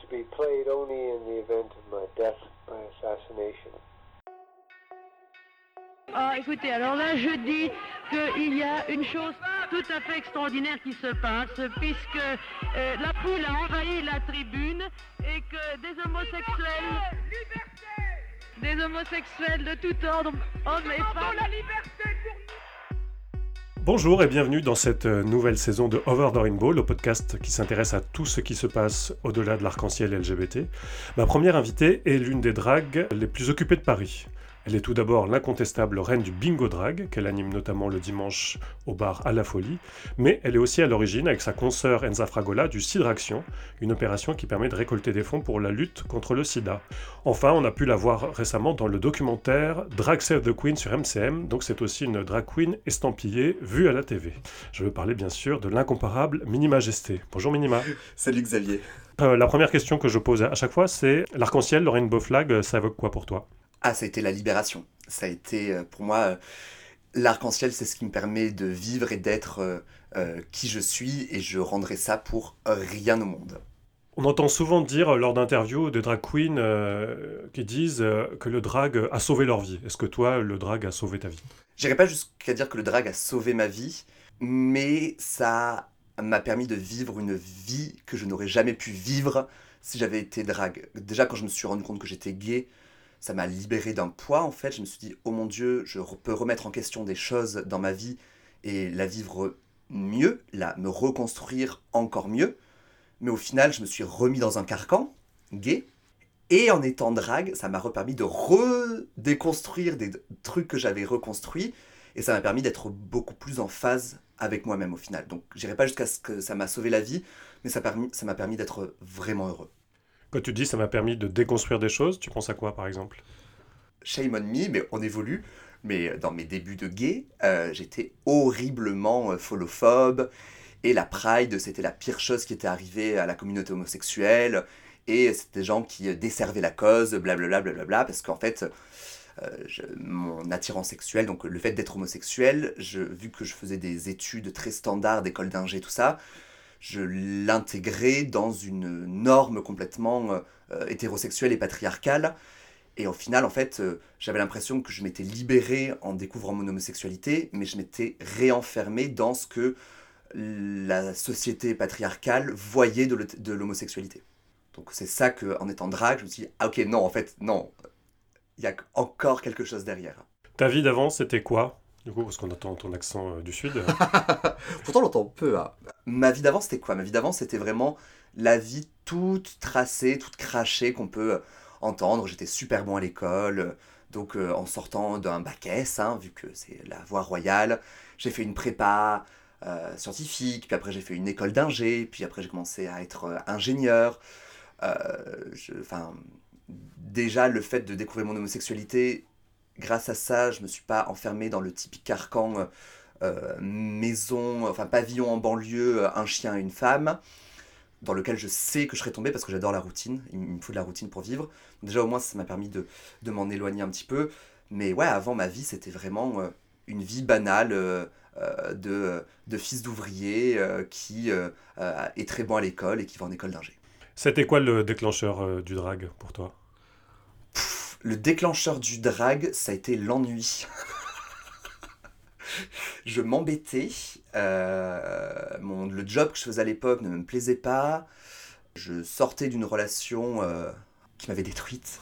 be played only in the event of my death by assassination. Ah, écoutez, alors là, je dis qu'il y a une chose tout à fait extraordinaire qui se passe, puisque la foule a envahi la tribune et que des homosexuels de tout ordre, hommes et femmes... la liberté pour nous. Bonjour et bienvenue dans cette nouvelle saison de Over the Rainbow, le podcast qui s'intéresse à tout ce qui se passe au-delà de l'arc-en-ciel LGBT. Ma première invitée est l'une des dragues les plus occupées de Paris. Elle est tout d'abord l'incontestable reine du bingo drag, qu'elle anime notamment le dimanche au bar À la Folie, mais elle est aussi à l'origine, avec sa consoeur Enza Fragola, du Sidraction, une opération qui permet de récolter des fonds pour la lutte contre le sida. Enfin, on a pu la voir récemment dans le documentaire Drag Save the Queen sur MCM, donc c'est aussi une drag queen estampillée vue à la TV. Je veux parler bien sûr de l'incomparable Mini Majesté. Bonjour Minima. Salut Xavier. La première question que je pose à chaque fois, c'est l'arc-en-ciel, le rainbow flag, ça évoque quoi pour toi ? Ah, ça a été la libération. Ça a été, pour moi, l'arc-en-ciel, c'est ce qui me permet de vivre et d'être qui je suis, et je rendrai ça pour rien au monde. On entend souvent dire lors d'interviews des drag queens qui disent que le drag a sauvé leur vie. Est-ce que toi, le drag a sauvé ta vie ? J'irai pas jusqu'à dire que le drag a sauvé ma vie, mais ça m'a permis de vivre une vie que je n'aurais jamais pu vivre si j'avais été drag. Déjà, quand je me suis rendu compte que j'étais gay, ça m'a libéré d'un poids, en fait. Je me suis dit, oh mon Dieu, je peux remettre en question des choses dans ma vie et la vivre mieux, me reconstruire encore mieux. Mais au final, je me suis remis dans un carcan gay. Et en étant drague, ça m'a permis de redéconstruire des trucs que j'avais reconstruits. Et ça m'a permis d'être beaucoup plus en phase avec moi-même au final. Donc, j'irai pas jusqu'à ce que ça m'a sauvé la vie, mais ça m'a permis d'être vraiment heureux. Quand tu dis ça m'a permis de déconstruire des choses, tu penses à quoi par exemple ? Shame on me, mais on évolue. Mais dans mes débuts de gay, j'étais horriblement pholophobe. Et la Pride, c'était la pire chose qui était arrivée à la communauté homosexuelle. Et c'était des gens qui desservaient la cause, blablabla, blablabla. Parce qu'en fait, mon attirance sexuelle, donc le fait d'être homosexuel, vu que je faisais des études très standards d'école d'ingé, tout ça, je l'intégrais dans une norme complètement hétérosexuelle et patriarcale. Et au final, en fait, j'avais l'impression que je m'étais libéré en découvrant mon homosexualité, mais je m'étais réenfermé dans ce que la société patriarcale voyait de l'homosexualité. Donc c'est ça qu'en étant drague, je me suis dit, ah ok, non, en fait, non, il y a encore quelque chose derrière. Ta vie d'avant, c'était quoi ? Du coup, parce qu'on entend ton accent du sud. Pourtant, on l'entend peu. Hein. Ma vie d'avant, c'était quoi ? Ma vie d'avant, c'était vraiment la vie toute tracée, toute crachée qu'on peut entendre. J'étais super bon à l'école. Donc, en sortant d'un bac S, vu que c'est la voie royale, j'ai fait une prépa scientifique. Puis après, j'ai fait une école d'ingé. Puis après, j'ai commencé à être ingénieur. Déjà, le fait de découvrir mon homosexualité... Grâce à ça, je me suis pas enfermé dans le typique carcan pavillon en banlieue, un chien et une femme, dans lequel je sais que je serais tombé parce que j'adore la routine. Il me faut de la routine pour vivre. Donc déjà, au moins, ça m'a permis de m'en éloigner un petit peu. Mais ouais, avant, ma vie, c'était vraiment une vie banale de fils d'ouvrier qui est très bon à l'école et qui va en école d'ingé. C'était quoi le déclencheur du drag pour toi ? Le déclencheur du drag, ça a été l'ennui. Je m'embêtais. Le job que je faisais à l'époque ne me plaisait pas. Je sortais d'une relation qui m'avait détruite.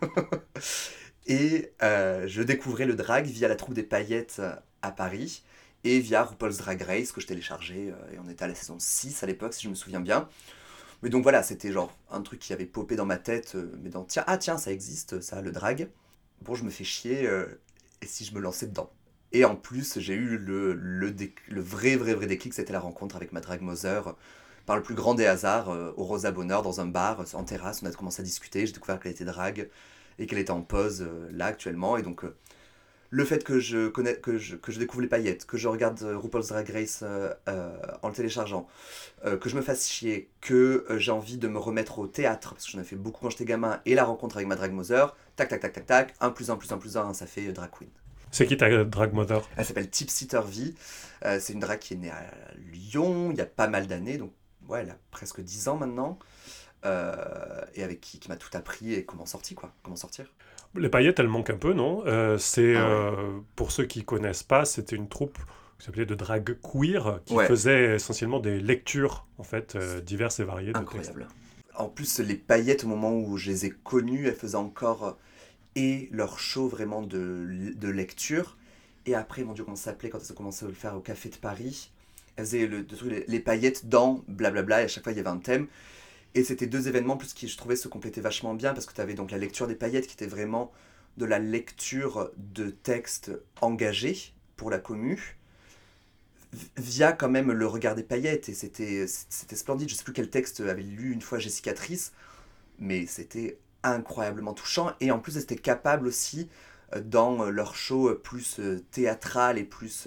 Et je découvrais le drag via la troupe des paillettes à Paris et via RuPaul's Drag Race que je téléchargeais. Et on était à la saison 6 à l'époque, si je me souviens bien. Mais donc voilà, c'était genre un truc qui avait popé dans ma tête, tiens, ça existe, ça, le drag. Bon, je me fais chier, et si je me lançais dedans ? Et en plus, j'ai eu le vrai déclic, c'était la rencontre avec ma drag mother, par le plus grand des hasards, au Rosa Bonheur, dans un bar, en terrasse, on a commencé à discuter, j'ai découvert qu'elle était drag, et qu'elle était en pause, là, actuellement, et donc... Le fait que je découvre les paillettes, que je regarde RuPaul's Drag Race en le téléchargeant, que je me fasse chier, que j'ai envie de me remettre au théâtre, parce que j'en ai fait beaucoup quand j'étais gamin, et la rencontre avec ma drag mother, tac, 1 plus 1 plus 1 plus 1, ça fait drag queen. C'est qui ta drag mother ? Elle s'appelle Tipsitter V, c'est une drag qui est née à Lyon, il y a pas mal d'années, donc ouais, elle a presque 10 ans maintenant. et avec qui m'a tout appris et comment sortir. Les paillettes, elles manquent un peu, non? Pour ceux qui connaissent pas, c'était une troupe qui s'appelait de drag queer, qui faisait essentiellement des lectures, en fait, diverses et variées. Incroyable. En plus, les paillettes, au moment où je les ai connues, elles faisaient encore et leur show vraiment de lecture. Et après, mon Dieu, comment ça s'appelait quand elles ont commencé à le faire au Café de Paris? Elles faisaient les paillettes dans blablabla, et à chaque fois, il y avait un thème. Et c'était 2 événements plus qui, je trouvais, se complétaient vachement bien, parce que tu avais donc la lecture des paillettes, qui était vraiment de la lecture de textes engagés pour la commu, via quand même le regard des paillettes, et c'était splendide. Je sais plus quel texte avait lu une fois Jessica Trice, mais c'était incroyablement touchant, et en plus elles étaient capables aussi, dans leur show plus théâtral et plus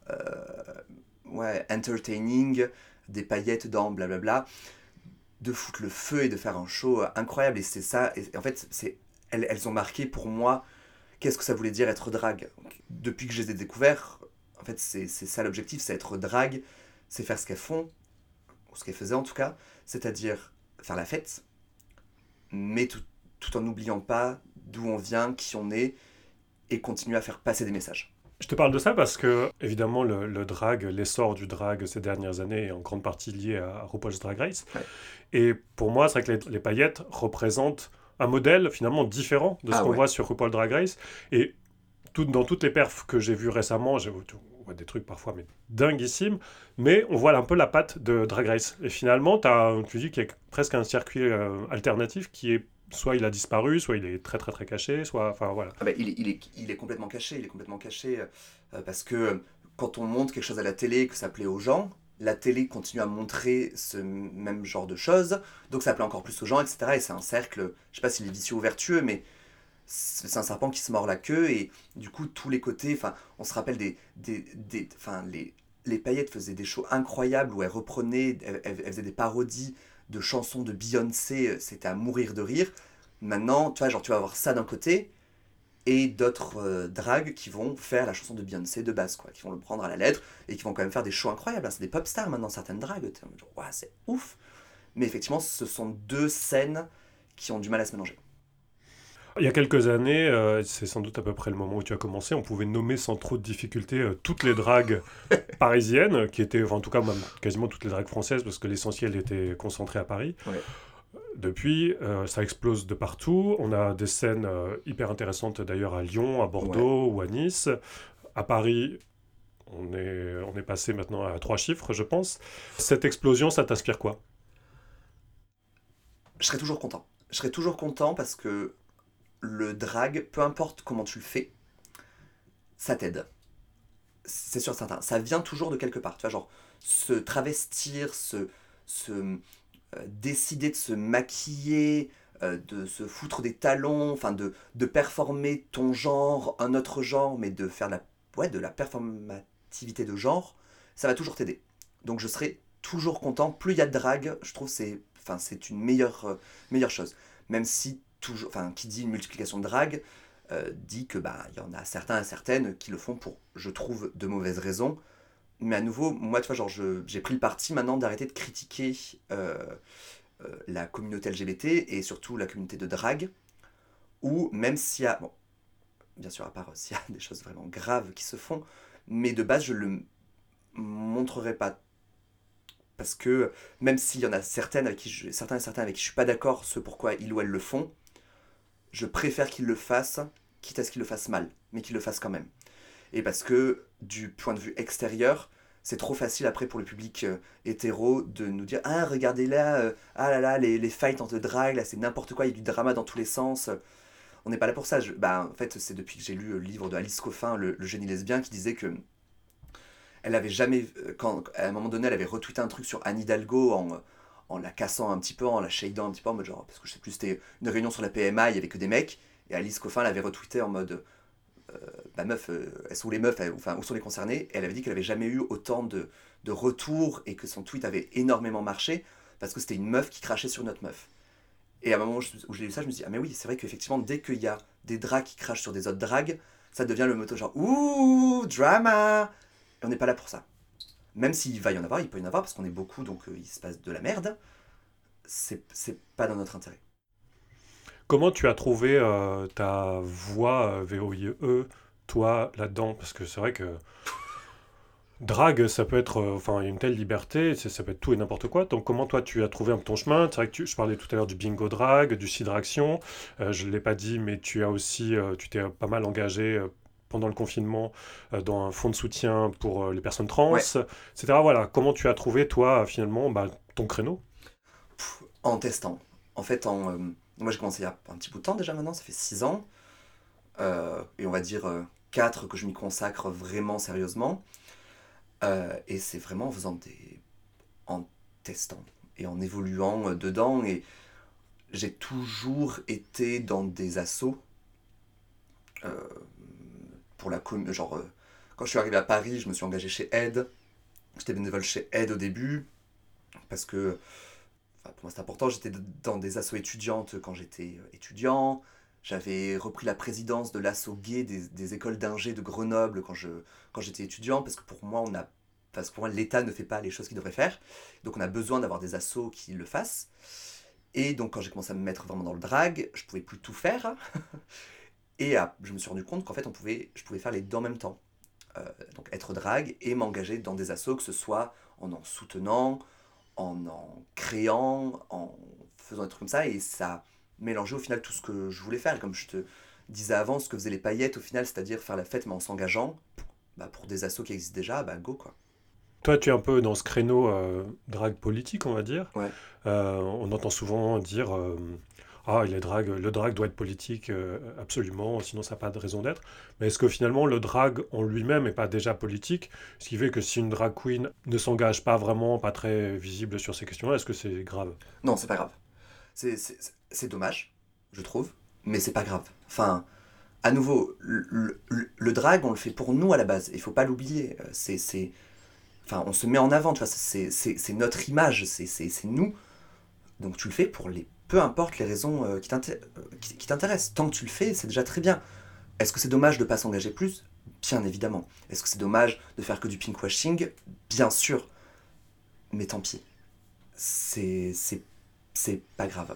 entertaining, des paillettes dans blablabla, de foutre le feu et de faire un show incroyable. Et c'est ça, et en fait elles ont marqué pour moi qu'est-ce que ça voulait dire être drague. Depuis que je les ai découverts, en fait, c'est ça l'objectif, c'est être drague, c'est faire ce qu'elles font, ou ce qu'elles faisaient en tout cas, c'est-à-dire faire la fête, mais tout en n'oubliant pas d'où on vient, qui on est, et continuer à faire passer des messages. Je te parle de ça parce que, évidemment, le drag, l'essor du drag ces dernières années est en grande partie lié à RuPaul's Drag Race. Ouais. Et pour moi, c'est vrai que les paillettes représentent un modèle finalement différent de ce qu'on voit sur RuPaul's Drag Race. Et dans toutes les perfs que j'ai vues récemment, on voit des trucs parfois mais dinguissimes, mais on voit un peu la patte de Drag Race. Et finalement, tu dis qu'il y a presque un circuit alternatif qui est soit il a disparu, soit il est très très très caché, soit, enfin voilà. Ah bah, il est complètement caché, parce que quand on montre quelque chose à la télé que ça plaît aux gens, la télé continue à montrer ce même genre de choses, donc ça plaît encore plus aux gens, etc. Et c'est un cercle, je sais pas s'il est vicieux ou vertueux, mais c'est un serpent qui se mord la queue, et du coup tous les côtés, enfin on se rappelle les paillettes faisaient des shows incroyables où elles reprenaient, elles faisaient des parodies de chansons de Beyoncé, c'était à mourir de rire. Maintenant, tu vas avoir ça d'un côté, et d'autres dragues qui vont faire la chanson de Beyoncé de base, quoi, qui vont le prendre à la lettre, et qui vont quand même faire des shows incroyables. C'est des pop stars maintenant, certaines dragues, wow, c'est ouf. Mais effectivement, ce sont 2 scènes qui ont du mal à se mélanger. Il y a quelques années, c'est sans doute à peu près le moment où tu as commencé, on pouvait nommer sans trop de difficulté toutes les dragues parisiennes, qui étaient, enfin, en tout cas même, quasiment toutes les dragues françaises, parce que l'essentiel était concentré à Paris. Ouais. Depuis, ça explose de partout. On a des scènes hyper intéressantes d'ailleurs à Lyon, à Bordeaux ou à Nice. À Paris, on est passé maintenant à 3 chiffres, je pense. Cette explosion, ça t'inspire quoi? Je serai toujours content parce que le drag, peu importe comment tu le fais, ça t'aide. C'est sûr, certain. Ça vient toujours de quelque part. Tu vois, genre, se travestir, décider de se maquiller, de se foutre des talons, enfin de performer ton genre, un autre genre, mais de faire de la performativité de genre, ça va toujours t'aider. Donc je serai toujours content. Plus il y a de drague, je trouve c'est une meilleure chose. Même si qui dit une multiplication de drague dit que il y en a certains et certaines qui le font pour, je trouve, de mauvaises raisons. Mais à nouveau, moi, tu vois, genre, j'ai pris le parti maintenant d'arrêter de critiquer la communauté LGBT et surtout la communauté de drague, où même s'il y a, bon, bien sûr, à part s'il y a des choses vraiment graves qui se font, mais de base, je le montrerai pas. Parce que même s'il y en a certains et certains avec qui je suis pas d'accord, ce pourquoi ils ou elles le font, je préfère qu'ils le fassent, quitte à ce qu'ils le fassent mal, mais qu'ils le fassent quand même. Et parce que, du point de vue extérieur, c'est trop facile après pour le public hétéro de nous dire « Ah, regardez là, ah là là, les fights entre drague, là c'est n'importe quoi, il y a du drama dans tous les sens. » On n'est pas là pour ça. En fait, c'est depuis que j'ai lu le livre de Alice Coffin, le génie lesbien, qui disait que elle avait jamais, à un moment donné, elle avait retweeté un truc sur Anne Hidalgo en la cassant un petit peu, en la shadant un petit peu, en mode genre, parce que je sais plus, c'était une réunion sur la PMA, il y avait que des mecs, et Alice Coffin l'avait retweeté en mode meuf, elles sont les meufs, enfin, où sont les concernés, et elle avait dit qu'elle avait jamais eu autant de retours, et que son tweet avait énormément marché, parce que c'était une meuf qui crachait sur une autre meuf. Et à un moment où j'ai lu ça, je me suis dit, ah mais oui, c'est vrai qu'effectivement, dès qu'il y a des drags qui crachent sur des autres drags, ça devient le motto genre, ouh, drama. Et on n'est pas là pour ça. Même s'il va y en avoir, il peut y en avoir, parce qu'on est beaucoup, donc il se passe de la merde. c'est pas dans notre intérêt. Comment tu as trouvé ta voix VOIE, toi, là-dedans? Parce que c'est vrai que drague, ça peut être, enfin, il y a une telle liberté, ça peut être tout et n'importe quoi. Donc, comment toi, tu as trouvé un peu ton chemin? C'est vrai que je parlais tout à l'heure du bingo drag, du Cidraction. Je ne l'ai pas dit, mais tu as aussi, tu t'es pas mal engagé pendant le confinement dans un fonds de soutien pour les personnes trans, Ouais, etc. Voilà, comment tu as trouvé, toi, finalement, bah, ton créneau? en testant. En fait, moi j'ai commencé il y a un petit bout de temps déjà maintenant, ça fait 6 ans. Et on va dire 4 que je m'y consacre vraiment sérieusement. Et c'est vraiment en testant et en évoluant dedans. Et j'ai toujours été dans des assos euh, pour genre, quand je suis arrivé à Paris, je me suis engagé chez Aide. J'étais bénévole chez Aide au début parce que enfin, pour moi c'est important. J'étais dans des assos étudiantes quand j'étais étudiant. J'avais repris la présidence de l'asso gay des écoles d'ingé de Grenoble quand j'étais étudiant, parce que pour moi l'État ne fait pas les choses qu'il devrait faire. Donc on a besoin d'avoir des assos qui le fassent. Et donc quand j'ai commencé à me mettre vraiment dans le drag, je pouvais plus tout faire. Et je me suis rendu compte qu'en fait je pouvais faire les deux en même temps. Donc être drag et m'engager dans des assos, que ce soit en soutenant, en créant, en faisant des trucs comme ça. Et ça mélangeait au final tout ce que je voulais faire. Comme je te disais avant, ce que faisaient les paillettes au final, c'est-à-dire faire la fête mais en s'engageant, bah, pour des assos qui existent déjà, bah go quoi. Toi, tu es un peu dans ce créneau drague politique, on va dire. Ouais. On entend souvent dire ah, le drag doit être politique, absolument, sinon ça n'a pas de raison d'être. Mais est-ce que finalement le drag en lui-même n'est pas déjà politique? Ce qui fait que si une drag queen ne s'engage pas vraiment, pas très visible sur ces questions-là, est-ce que c'est grave? Non, c'est pas grave. C'est dommage, je trouve, mais c'est pas grave. Enfin, à nouveau, le drag, on le fait pour nous à la base. Il faut pas l'oublier. Enfin, on se met en avant, tu vois. C'est notre image, c'est nous. Donc tu le fais peu importe les raisons qui t'intéressent. Tant que tu le fais, c'est déjà très bien. Est-ce que c'est dommage de pas s'engager plus? Bien évidemment. Est-ce que c'est dommage de faire que du pinkwashing? Bien sûr. Mais tant pis. C'est, c'est, c'est pas grave.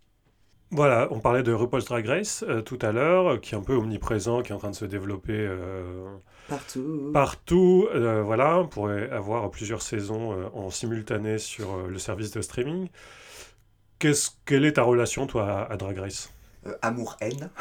Voilà, on parlait de RuPaul's Drag Race tout à l'heure, qui est un peu omniprésent, qui est en train de se développer Partout. partout. Voilà, on pourrait avoir plusieurs saisons en simultané sur le service de streaming. Quelle est ta relation, toi, à Drag Race? Amour-haine.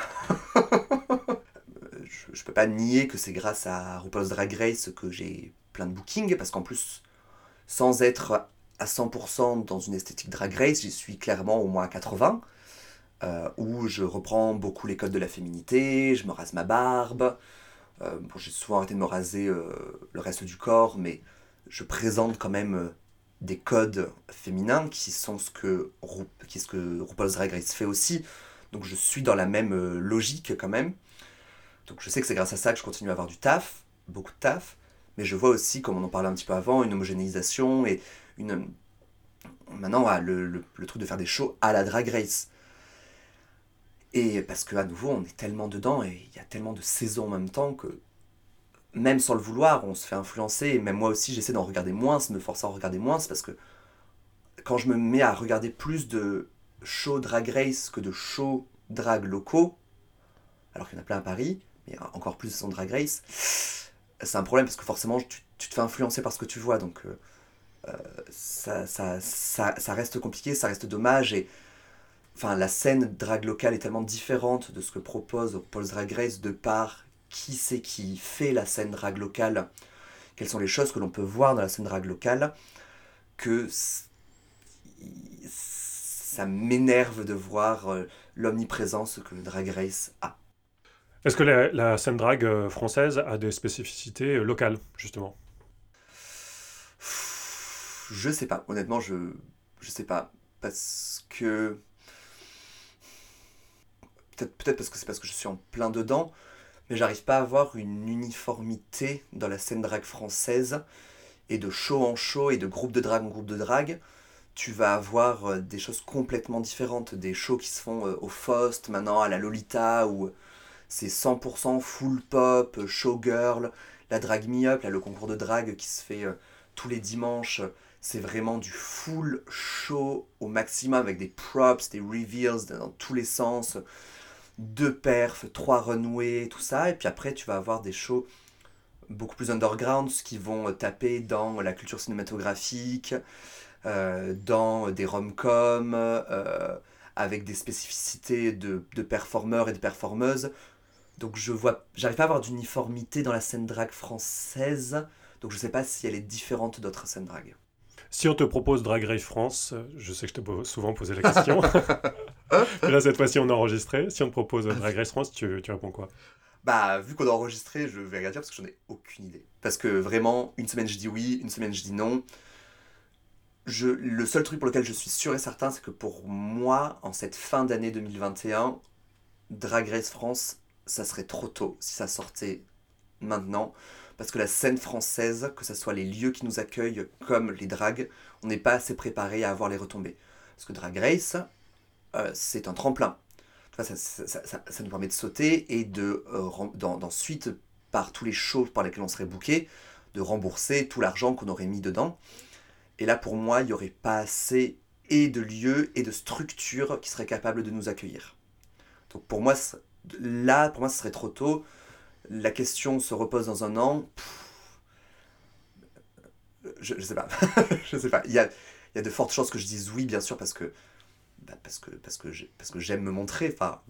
Je peux pas nier que c'est grâce à RuPaul's Drag Race que j'ai plein de bookings, parce qu'en plus, sans être à 100% dans une esthétique Drag Race, j'y suis clairement au moins à 80, où je reprends beaucoup les codes de la féminité, je me rase ma barbe. Bon, j'ai souvent arrêté de me raser le reste du corps, mais je présente quand même des codes féminins qui est ce que RuPaul's Drag Race fait aussi. Donc je suis dans la même logique quand même. Donc je sais que c'est grâce à ça que je continue à avoir du taf, beaucoup de taf, mais je vois aussi, comme on en parlait un petit peu avant, une homogénéisation et une... Maintenant, le truc de faire des shows à la Drag Race. Et parce qu'à nouveau, on est tellement dedans et il y a tellement de saisons en même temps que même sans le vouloir, on se fait influencer. Et même moi aussi, j'essaie d'en regarder moins, me forcer à en regarder moins, parce que quand je me mets à regarder plus de shows Drag Race que de shows drag locaux, alors qu'il y en a plein à Paris, mais encore plus de son Drag Race, c'est un problème parce que forcément tu te fais influencer par ce que tu vois, donc ça reste compliqué, ça reste dommage. Et enfin, la scène drag locale est tellement différente de ce que propose Paul's Drag Race de par qui c'est qui fait la scène drag locale, quelles sont les choses que l'on peut voir dans la scène drag locale, que ça m'énerve de voir l'omniprésence que le Drag Race a. Est-ce que la scène drag française a des spécificités locales, justement? Je sais pas, honnêtement, je sais pas. Parce que. Peut-être parce que c'est parce que je suis en plein dedans, mais j'arrive pas à avoir une uniformité dans la scène drag française, et de show en show, et de groupe de drag en groupe de drag. Tu vas avoir des choses complètement différentes, des shows qui se font au Faust, maintenant à la Lolita, où c'est 100% full pop, showgirl, la Drag Me Up, là, le concours de drag qui se fait tous les dimanches, C'est vraiment du full show au maximum avec des props, des reveals dans tous les sens, 2 perfs, 3 runways, tout ça. Et puis après, tu vas avoir des shows beaucoup plus underground qui vont taper dans la culture cinématographique, dans des rom-coms, avec des spécificités de performeurs et de performeuses. Donc j'arrive pas à avoir d'uniformité dans la scène drag française, donc je sais pas si elle est différente d'autres scènes drag. Si on te propose Drag Race France, je sais que je t'ai souvent posé la question, mais là cette fois-ci on a enregistré, si on te propose Drag Race France, tu réponds quoi? Bah, vu qu'on a enregistré, je vais rien dire parce que j'en ai aucune idée. Parce que vraiment, une semaine je dis oui, une semaine je dis non. Le seul truc pour lequel je suis sûr et certain, c'est que pour moi, en cette fin d'année 2021, Drag Race France, ça serait trop tôt si ça sortait maintenant. Parce que la scène française, que ce soit les lieux qui nous accueillent comme les drags, on n'est pas assez préparé à avoir les retombées. Parce que Drag Race, c'est un tremplin. Ça nous permet de sauter et d'ensuite, par tous les shows par lesquels on serait booké, de rembourser tout l'argent qu'on aurait mis dedans. Et là, pour moi, il n'y aurait pas assez et de lieux et de structures qui seraient capables de nous accueillir. Donc pour moi, ce serait trop tôt. La question se repose dans un an. Je sais pas. Je sais pas. Il y a de fortes chances que je dise oui, bien sûr, parce que j'aime me montrer. Enfin,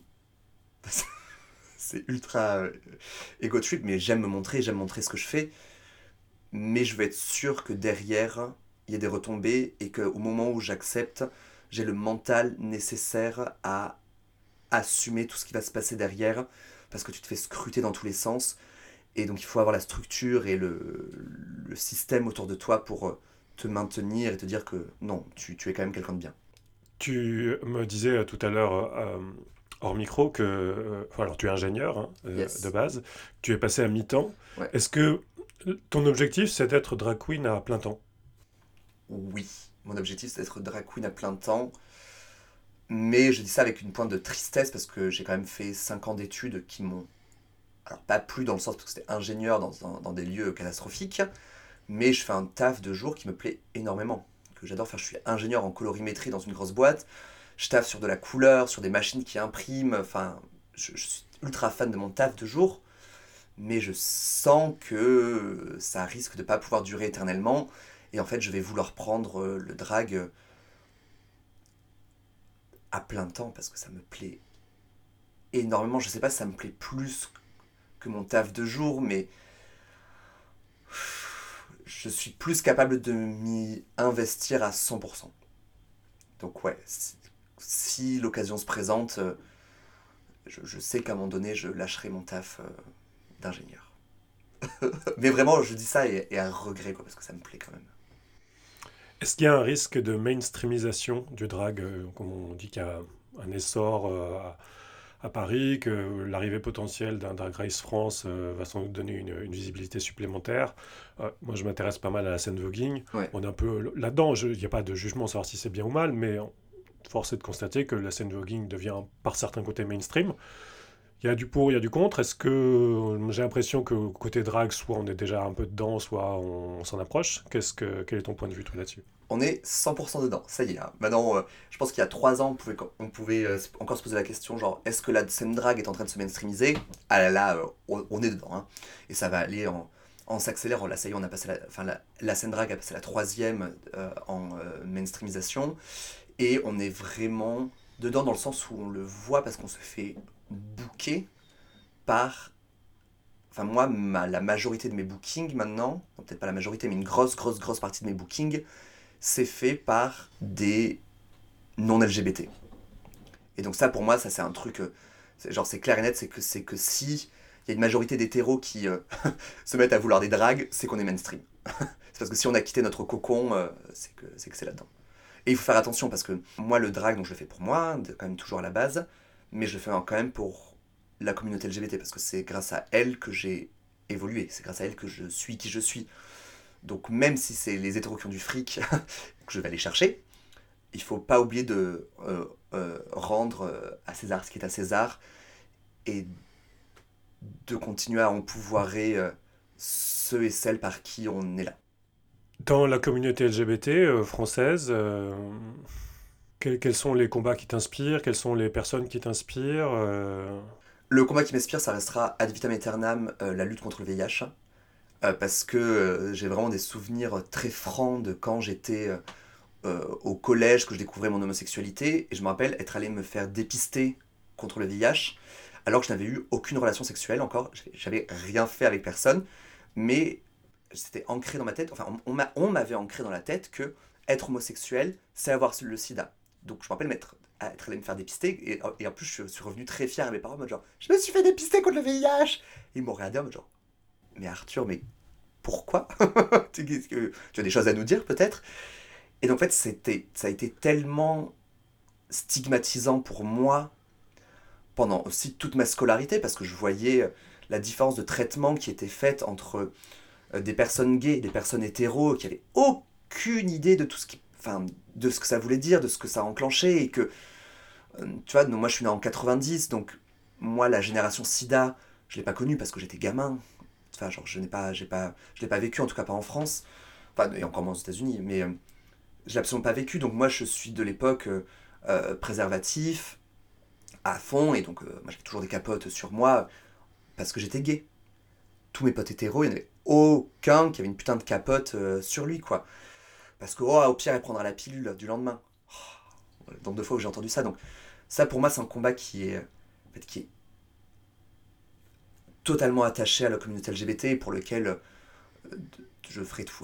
c'est ultra ego trip, mais j'aime me montrer, j'aime montrer ce que je fais. Mais je veux être sûr que derrière, il y a des retombées et qu'au moment où j'accepte, j'ai le mental nécessaire à assumer tout ce qui va se passer derrière, parce que tu te fais scruter dans tous les sens. Et donc il faut avoir la structure et le système autour de toi pour te maintenir et te dire que non, tu es quand même quelqu'un de bien. Tu me disais tout à l'heure, hors micro, que alors tu es ingénieur Yes. de base, tu es passé à mi-temps. Ouais. Est-ce que ton objectif, c'est d'être drag queen à plein temps? Oui, mon objectif c'est d'être drag queen à plein temps. Mais je dis ça avec une pointe de tristesse parce que j'ai quand même fait 5 ans d'études qui m'ont, alors pas plu dans le sens parce que c'était ingénieur dans des lieux catastrophiques, mais je fais un taf de jour qui me plaît énormément, que j'adore faire. Je suis ingénieur en colorimétrie dans une grosse boîte, je taffe sur de la couleur, sur des machines qui impriment, enfin, je suis ultra fan de mon taf de jour, mais je sens que ça risque de pas pouvoir durer éternellement, et en fait je vais vouloir prendre le drag à plein temps parce que ça me plaît énormément. Je sais pas si ça me plaît plus que mon taf de jour, mais je suis plus capable de m'y investir à 100%. Donc ouais, si l'occasion se présente, je sais qu'à un moment donné, je lâcherai mon taf d'ingénieur. Mais vraiment, je dis ça et à regret, quoi, parce que ça me plaît quand même. Est-ce qu'il y a un risque de mainstreamisation du drag, comme on dit qu'il y a un essor à Paris, que l'arrivée potentielle d'un Drag Race France va sans doute donner une visibilité supplémentaire? Moi, je m'intéresse pas mal à la scène voguing. Ouais. On est un peu là-dedans. Il n'y a pas de jugement savoir si c'est bien ou mal, mais force est de constater que la scène voguing devient par certains côtés mainstream. Il y a du pour, il y a du contre. Est-ce que j'ai l'impression que côté drag, soit on est déjà un peu dedans, soit on s'en approche? Quel est ton point de vue toi là-dessus? On est 100% dedans, ça y est. Hein. Maintenant, je pense qu'il y a 3 ans, on pouvait encore se poser la question, genre, est-ce que la scène drag est en train de se mainstreamiser? Ah là, on est dedans. Hein. Et ça va aller en s'accélérant. Là, ça y est, on a passé la scène drag a passé la 3e en mainstreamisation. Et on est vraiment dedans dans le sens où on le voit parce qu'on se fait booker par... Enfin moi, la majorité de mes bookings maintenant, bon, peut-être pas la majorité, mais une grosse partie de mes bookings, c'est fait par des non-LGBT. Et donc ça, pour moi, ça c'est un truc... c'est clair et net, c'est que si il y a une majorité d'hétéros qui se mettent à vouloir des dragues, c'est qu'on est mainstream. C'est parce que si on a quitté notre cocon, c'est que c'est là-dedans. Et il faut faire attention parce que moi, le drag, donc je le fais pour moi, quand même toujours à la base, mais je le fais quand même pour la communauté LGBT parce que c'est grâce à elle que j'ai évolué, c'est grâce à elle que je suis qui je suis. Donc même si c'est les hétéros qui ont du fric que je vais aller chercher, il faut pas oublier de rendre à César ce qui est à César et de continuer à empouvoirer ceux et celles par qui on est là. Dans la communauté LGBT française, quels sont les combats qui t'inspirent? Quelles sont les personnes qui t'inspirent? Le combat qui m'inspire, ça restera ad vitam aeternam, la lutte contre le VIH. Parce que j'ai vraiment des souvenirs très francs de quand j'étais au collège, que je découvrais mon homosexualité, et je me rappelle être allé me faire dépister contre le VIH, alors que je n'avais eu aucune relation sexuelle encore, j'avais rien fait avec personne, mais c'était ancré dans ma tête, enfin on m'avait ancré dans la tête que être homosexuel, c'est avoir le sida. Donc je me rappelle être allé me faire dépister, et en plus je suis revenu très fier à mes parents, en mode genre, je me suis fait dépister contre le VIH! Ils m'ont regardé en mode genre, mais Arthur, mais pourquoi? Tu as des choses à nous dire peut-être? Et donc en fait, ça a été tellement stigmatisant pour moi pendant aussi toute ma scolarité, parce que je voyais la différence de traitement qui était faite entre des personnes gays, des personnes hétéros, qui n'avaient aucune idée de tout ce qui, enfin, de ce que ça voulait dire, de ce que ça a enclenché, et que, tu vois, moi je suis né en 90, donc moi la génération SIDA, je l'ai pas connue parce que j'étais gamin. Enfin, genre, je l'ai pas vécu, en tout cas pas en France, enfin, et encore moins aux États-Unis, mais je l'ai absolument pas vécu. Donc moi, je suis de l'époque préservatif à fond, et donc moi j'avais toujours des capotes sur moi parce que j'étais gay. Tous mes potes hétéros, il n'y en avait aucun qui avait une putain de capote sur lui, quoi. Parce que, oh, au pire, elle prendra la pilule du lendemain. Oh, le nombre de fois où j'ai entendu ça. Donc ça, pour moi, c'est un combat en fait, qui est totalement attaché à la communauté LGBT, et pour lequel je ferai tout.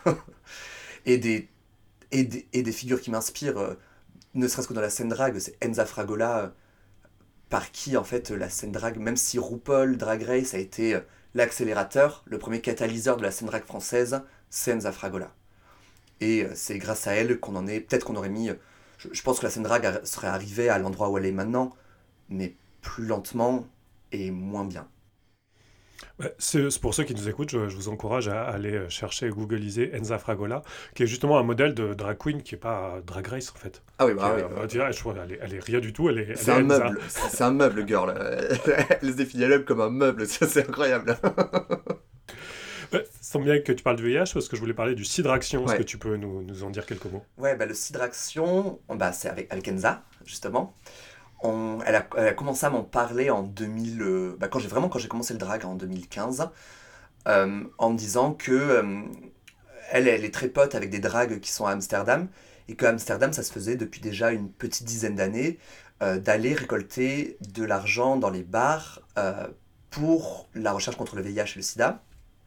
et, des, et des figures qui m'inspirent, ne serait-ce que dans la scène drague, c'est Enza Fragola, par qui en fait la scène drague, même si RuPaul Drag Race a été l'accélérateur, le premier catalyseur de la scène drague française, c'est Enza Fragola. Et c'est grâce à elle qu'on en est, peut-être qu'on aurait mis, je pense que la scène drague serait arrivée à l'endroit où elle est maintenant, mais plus lentement et moins bien. Ouais, c'est pour ceux qui nous écoutent, je vous encourage à aller chercher, googliser Enza Fragola, qui est justement un modèle de drag queen qui n'est pas Drag Race en fait. Ah oui, Qui bah est, oui. on va dire, elle est rien du tout, elle C'est est un Enza. meuble, c'est un meuble, girl. Elle se définit elle-même comme un meuble, ça c'est incroyable. Ouais, ça tombe bien que tu parles du VIH parce que je voulais parler du Cidraction. Est-ce que Ouais, tu peux nous en dire quelques mots? ouais, bah le Sidraction, bah, c'est avec Enza, justement. Elle a commencé à m'en parler en 2000, bah, quand j'ai commencé le drag en 2015, en me disant que elle est très pote avec des dragues qui sont à Amsterdam, et qu'à Amsterdam, ça se faisait depuis déjà une petite dizaine d'années, d'aller récolter de l'argent dans les bars pour la recherche contre le VIH et le sida.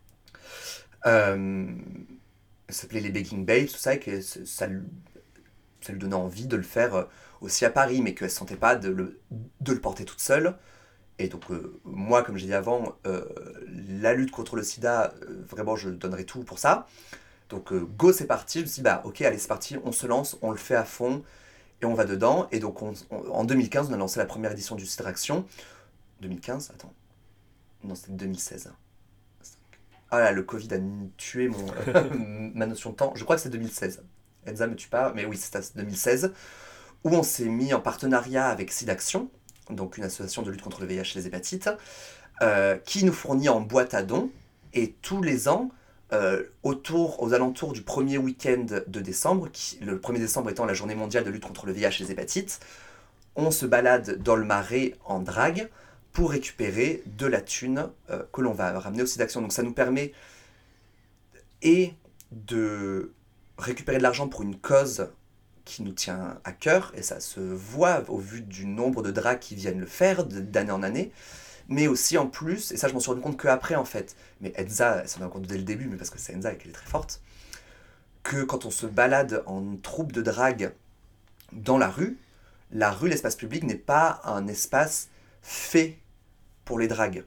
Euh, Ça s'appelait les Baking Babes, tout ça, et que ça lui donnait envie de le faire aussi à Paris, mais qu'elle ne se sentait pas de le porter toute seule. Et donc, moi, comme j'ai dit avant, la lutte contre le sida, vraiment, je donnerais tout pour ça. Donc, go, c'est parti. Je me suis dit, bah, ok, allez, c'est parti, on se lance, on le fait à fond, et on va dedans. Et donc, en 2015, on a lancé la première édition du Cidraction. 2015, attends. Non, c'était 2016. Ah là, le Covid a tué ma notion de temps. Je crois que c'est 2016. Enza me tue pas, mais oui, c'est 2016. Où on s'est mis en partenariat avec SIDAction, donc une association de lutte contre le VIH et les hépatites, qui nous fournit en boîte à dons. Et tous les ans, aux alentours du premier week-end de décembre, le 1er décembre étant la journée mondiale de lutte contre le VIH et les hépatites, on se balade dans le Marais en drague pour récupérer de la thune que l'on va ramener au SIDAction. Donc ça nous permet et de récupérer de l'argent pour une cause qui nous tient à cœur, et ça se voit au vu du nombre de drags qui viennent le faire d'année en année, mais aussi en plus, et ça je m'en suis rendu compte qu'après en fait, mais Enza, elle s'en est rendu compte dès le début, mais parce que c'est Enza et qu'elle est très forte, que quand on se balade en troupe de drague dans la rue, l'espace public n'est pas un espace fait pour les dragues.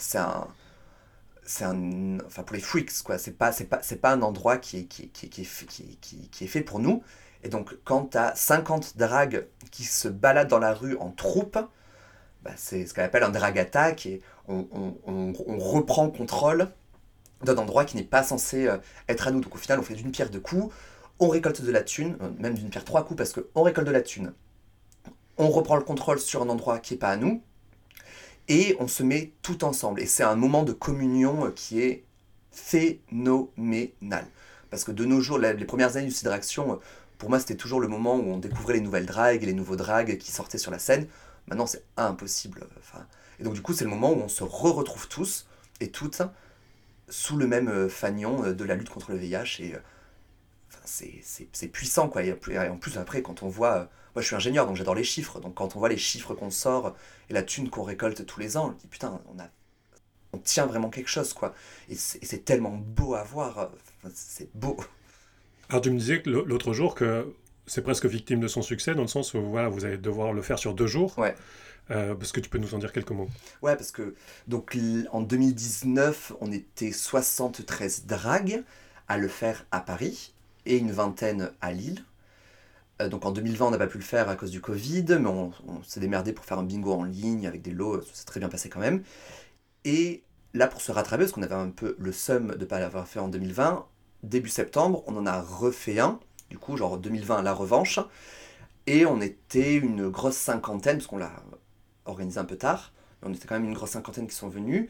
Enfin pour les freaks, quoi. C'est pas un endroit qui est fait pour nous. Et donc quand t'as 50 dragues qui se baladent dans la rue en troupe, bah, c'est ce qu'on appelle un drag attack, et on reprend contrôle d'un endroit qui n'est pas censé être à nous. Donc au final, on fait d'une pierre deux coups, on récolte de la thune, même d'une pierre trois coups, parce qu'on récolte de la thune, on reprend le contrôle sur un endroit qui n'est pas à nous, et on se met tout ensemble. Et c'est un moment de communion qui est phénoménal. Parce que de nos jours, les premières années du site d'Action, pour moi, c'était toujours le moment où on découvrait les nouvelles dragues et les nouveaux dragues qui sortaient sur la scène. Maintenant, c'est impossible. Et donc, du coup, c'est le moment où on se retrouve tous et toutes sous le même fanion de la lutte contre le VIH. Et c'est puissant, quoi. Et en plus, après, quand on voit... moi, je suis ingénieur, donc j'adore les chiffres. Donc, quand on voit les chiffres qu'on sort et la thune qu'on récolte tous les ans, on dit, putain, on tient vraiment quelque chose, quoi. Et c'est tellement beau à voir. C'est beau. Alors tu me disais que l'autre jour que c'est presque victime de son succès, dans le sens où voilà, vous allez devoir le faire sur 2 jours. Ouais. Parce que tu peux nous en dire quelques mots. Ouais, parce que donc, en 2019, on était 73 dragues à le faire à Paris et une vingtaine à Lille. Donc en 2020, on n'a pas pu le faire à cause du Covid, mais on s'est démerdé pour faire un bingo en ligne avec des lots, ça s'est très bien passé quand même. Et là, pour se rattraper, parce qu'on avait un peu le seum de ne pas l'avoir fait en 2020, début septembre, on en a refait un, du coup, genre 2020, la revanche, et on était une grosse cinquantaine, parce qu'on l'a organisé un peu tard, mais on était quand même une grosse cinquantaine qui sont venus.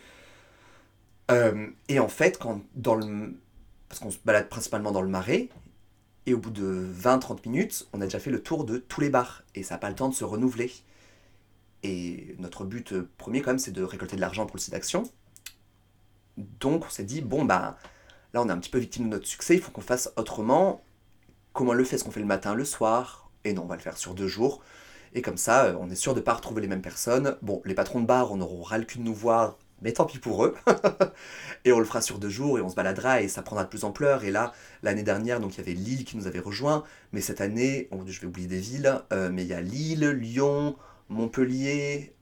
Et en fait, parce qu'on se balade principalement dans le Marais, et au bout de 20-30 minutes, on a déjà fait le tour de tous les bars, et ça n'a pas le temps de se renouveler. Et notre but premier, quand même, c'est de récolter de l'argent pour le site d'Action. Donc, on s'est dit, bon, bah, là, on est un petit peu victime de notre succès, il faut qu'on fasse autrement. Comment on le fait? Est-ce qu'on fait le matin, le soir? Et non, on va le faire sur 2 jours. Et comme ça, on est sûr de ne pas retrouver les mêmes personnes. Bon, les patrons de bar, on aura ras le cul de nous voir, mais tant pis pour eux. Et on le fera sur 2 jours, et on se baladera, et ça prendra de plus ampleur. Et là, l'année dernière, donc il y avait Lille qui nous avait rejoint. Mais cette année, je vais oublier des villes, mais il y a Lille, Lyon, Montpellier,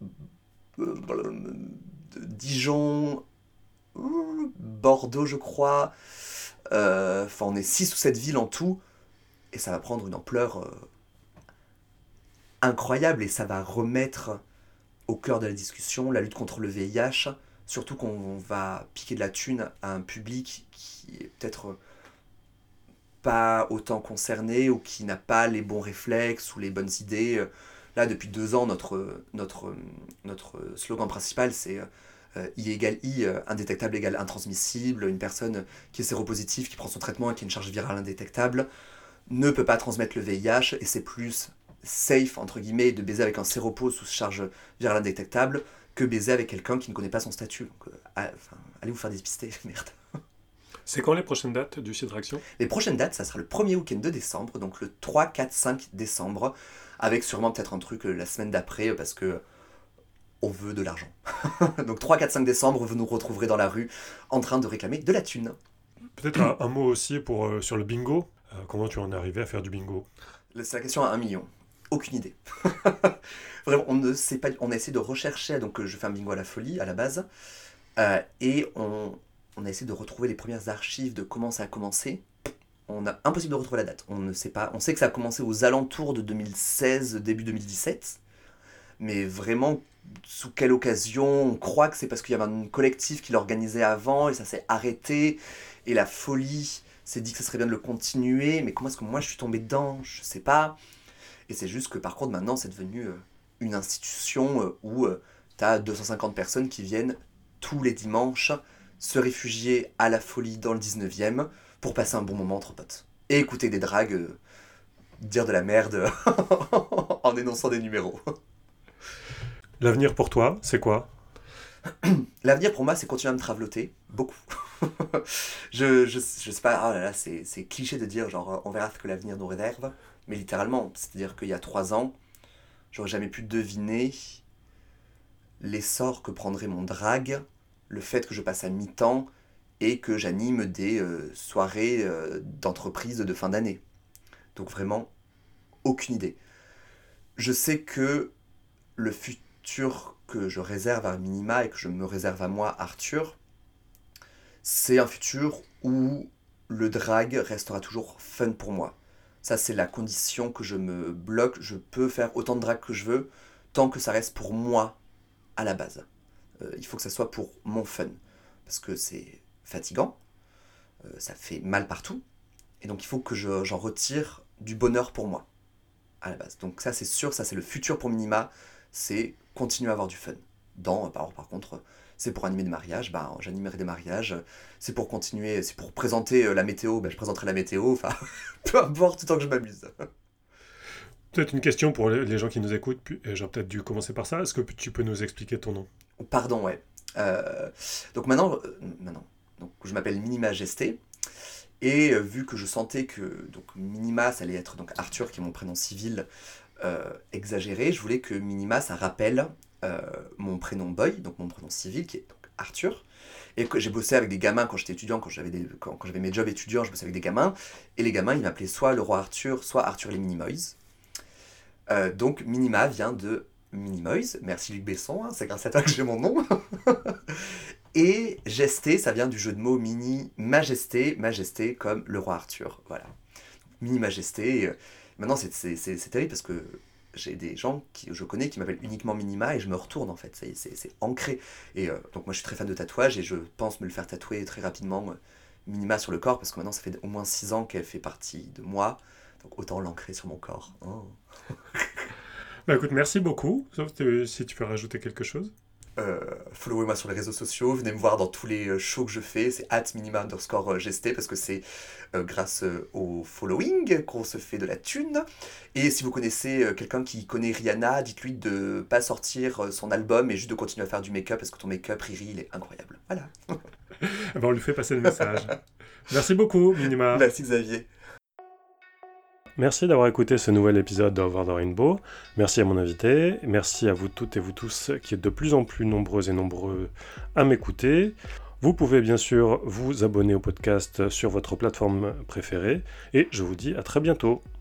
Dijon, Bordeaux, je crois. Enfin, on est 6 ou 7 villes en tout, et ça va prendre une ampleur incroyable, et ça va remettre au cœur de la discussion la lutte contre le VIH, surtout qu'on va piquer de la thune à un public qui est peut-être pas autant concerné, ou qui n'a pas les bons réflexes ou les bonnes idées. Là, depuis 2 ans, notre slogan principal, c'est I égale I, indétectable égale intransmissible. Une personne qui est séropositive, qui prend son traitement et qui a une charge virale indétectable, ne peut pas transmettre le VIH, et c'est plus safe, entre guillemets, de baiser avec un séropos sous charge virale indétectable que baiser avec quelqu'un qui ne connaît pas son statut. Donc, allez vous faire dépister, merde. C'est quand les prochaines dates du site d'Action? Les prochaines dates, ça sera le premier week-end de décembre, donc le 3, 4, 5 décembre, avec sûrement peut-être un truc la semaine d'après, parce que on veut de l'argent. Donc 3, 4, 5 décembre, vous nous retrouverez dans la rue en train de réclamer de la thune. Peut-être un mot aussi sur le bingo. Comment tu en es arrivé à faire du bingo? C'est la question à 1 million. Aucune idée. Vraiment, on ne sait pas. On a essayé de rechercher, donc je fais un bingo à la folie à la base, et on a essayé de retrouver les premières archives de comment ça a commencé. Impossible de retrouver la date. On ne sait pas. On sait que ça a commencé aux alentours de 2016, début 2017, mais vraiment sous quelle occasion? On croit que c'est parce qu'il y avait un collectif qui l'organisait avant et ça s'est arrêté, et la folie s'est dit que ça serait bien de le continuer, mais comment est-ce que moi je suis tombé dedans? Je sais pas. Et c'est juste que par contre maintenant c'est devenu une institution où t'as 250 personnes qui viennent tous les dimanches se réfugier à la folie dans le 19e pour passer un bon moment entre potes. Et écouter des dragues dire de la merde en énonçant des numéros. L'avenir pour toi, c'est quoi? L'avenir pour moi, c'est continuer à me traveloter, beaucoup. je sais pas, oh là là, c'est cliché de dire genre on verra ce que l'avenir nous réserve, mais littéralement, c'est-à-dire qu'il y a 3 ans, j'aurais jamais pu deviner l'essor que prendrait mon drag, le fait que je passe à mi-temps et que j'anime des soirées d'entreprise de fin d'année. Donc vraiment, aucune idée. Je sais que le futur que je réserve à Minima et que je me réserve à moi, Arthur, c'est un futur où le drag restera toujours fun pour moi. Ça, c'est la condition que je me bloque. Je peux faire autant de drag que je veux, tant que ça reste pour moi à la base. Il faut que ça soit pour mon fun. Parce que c'est fatigant, ça fait mal partout, et donc il faut que j'en retire du bonheur pour moi, à la base. Donc ça, c'est sûr, ça c'est le futur pour Minima, c'est continuer à avoir du fun. Par contre, C'est pour animer des mariages, j'animerai des mariages. C'est pour continuer, c'est pour présenter la météo, je présenterai la météo. Enfin, peu importe, tant que je m'amuse. Peut-être une question pour les gens qui nous écoutent, puis j'aurais peut-être dû commencer par ça. Est-ce que tu peux nous expliquer ton nom ? Pardon, ouais. Donc maintenant, donc, je m'appelle Minima Gesté. Et vu que je sentais que donc, Minima, ça allait être donc, Arthur, qui est mon prénom civil, exagéré, je voulais que Minima, ça rappelle mon prénom boy, donc mon prénom civil, qui est donc Arthur. Et que j'ai bossé avec des gamins quand j'étais étudiant, quand j'avais mes jobs étudiants, je bossais avec des gamins. Et les gamins, ils m'appelaient soit le roi Arthur, soit Arthur les Minimoys. Donc Minima vient de Minimoys. Merci Luc Besson, c'est grâce à toi que j'ai mon nom. Et Gesté, ça vient du jeu de mots mini majesté, majesté comme le roi Arthur. Voilà. Mini majesté. Maintenant, c'est terrible parce que j'ai des gens que je connais qui m'appellent uniquement Minima et je me retourne en fait. C'est ancré. Et donc moi, je suis très fan de tatouage et je pense me le faire tatouer très rapidement Minima sur le corps parce que maintenant, ça fait au moins 6 ans qu'elle fait partie de moi. Donc autant l'ancrer sur mon corps. Oh. Écoute, merci beaucoup. Sauf si tu peux rajouter quelque chose. Followez-moi sur les réseaux sociaux, venez me voir dans tous les shows que je fais, c'est @minima_gesté parce que c'est grâce au following qu'on se fait de la thune. Et si vous connaissez quelqu'un qui connaît Rihanna, dites-lui de pas sortir son album et juste de continuer à faire du make-up parce que ton make-up, Riri, il est incroyable. Voilà. On lui fait passer le message. Merci beaucoup, Minima. Merci Xavier. Merci d'avoir écouté ce nouvel épisode d'Over the Rainbow. Merci à mon invité. Merci à vous toutes et vous tous qui êtes de plus en plus nombreuses et nombreux à m'écouter. Vous pouvez bien sûr vous abonner au podcast sur votre plateforme préférée. Et je vous dis à très bientôt.